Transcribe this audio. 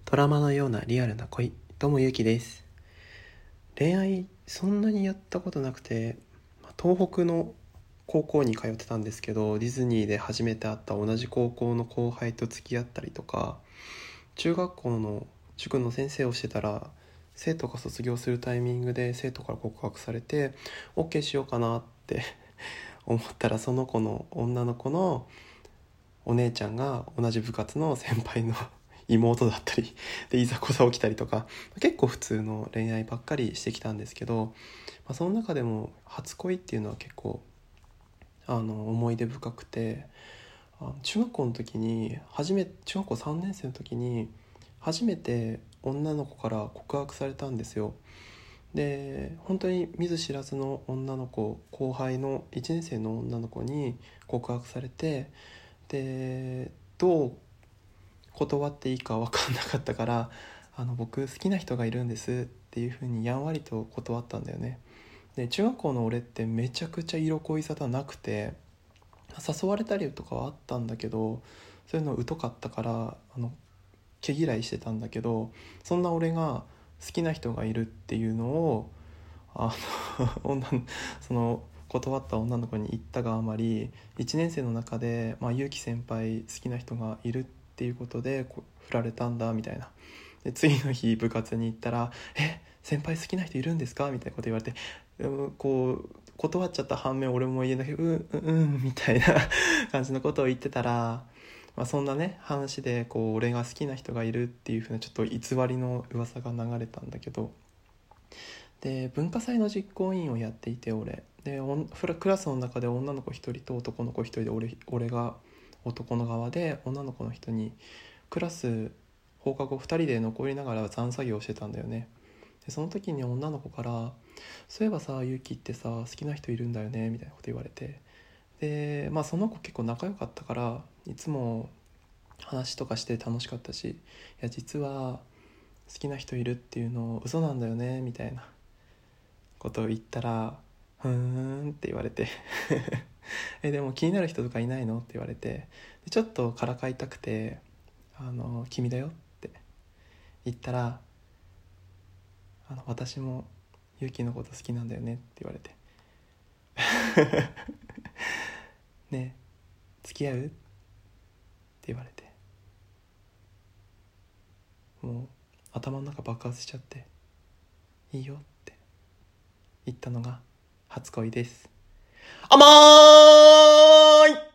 ドラマのようなリアルな恋。どうもゆうきです。恋愛そんなにやったことなくて、東北の高校に通ってたんですけど、ディズニーで初めて会った同じ高校の後輩と付き合ったりとか、中学校の塾の先生をしてたら、生徒が卒業するタイミングで生徒から告白されて OK しようかなって思ったら、その子の女の子のお姉ちゃんが同じ部活の先輩の妹だったりで、いざこざ起きたりとか、結構普通の恋愛ばっかりしてきたんですけど、その中でも初恋っていうのは結構思い出深くて、中学校の時に中学校3年生の時に初めて女の子から告白されたんですよ。で、本当に見ず知らずの女の子、後輩の1年生の女の子に告白されて、でどう断っていいか分かんなかったから、僕好きな人がいるんですっていう風にやんわりと断ったんだよね。で、中学校の俺ってめちゃくちゃ色恋沙汰なくて、誘われたりとかはあったんだけど、そういうの疎かったから毛嫌いしてたんだけど、そんな俺が好きな人がいるっていうのをあその断った女の子に言ったがあまり、1年生の中で、結城先輩好きな人がいるっていうことで振られたんだみたいな。で、次の日部活に行ったら先輩好きな人いるんですかみたいなこと言われて、断っちゃった反面、俺も言えなきゃみたいな感じのことを言ってたら、そんなね話で俺が好きな人がいるっていう風なちょっと偽りの噂が流れたんだけど、で、文化祭の実行委員をやっていて、俺でクラスの中で女の子一人と男の子一人で、俺が男の側で、女の子の人にクラス放課後2人で残りながら残作業をしてたんだよね。で、その時に女の子から「そういえばさ、ゆうきってさ好きな人いるんだよね」みたいなこと言われて、で、その子結構仲良かったから、いつも話とかして楽しかったし、いや実は好きな人いるっていうの嘘なんだよねみたいなことを言ったら、ふーんって言われてでも気になる人とかいないのって言われて、でちょっとからかいたくて君だよって言ったら、私もゆうきのこと好きなんだよねって言われてね、付き合うって言われて、もう頭の中爆発しちゃって、いいよって言ったのが初恋です。甘ーい。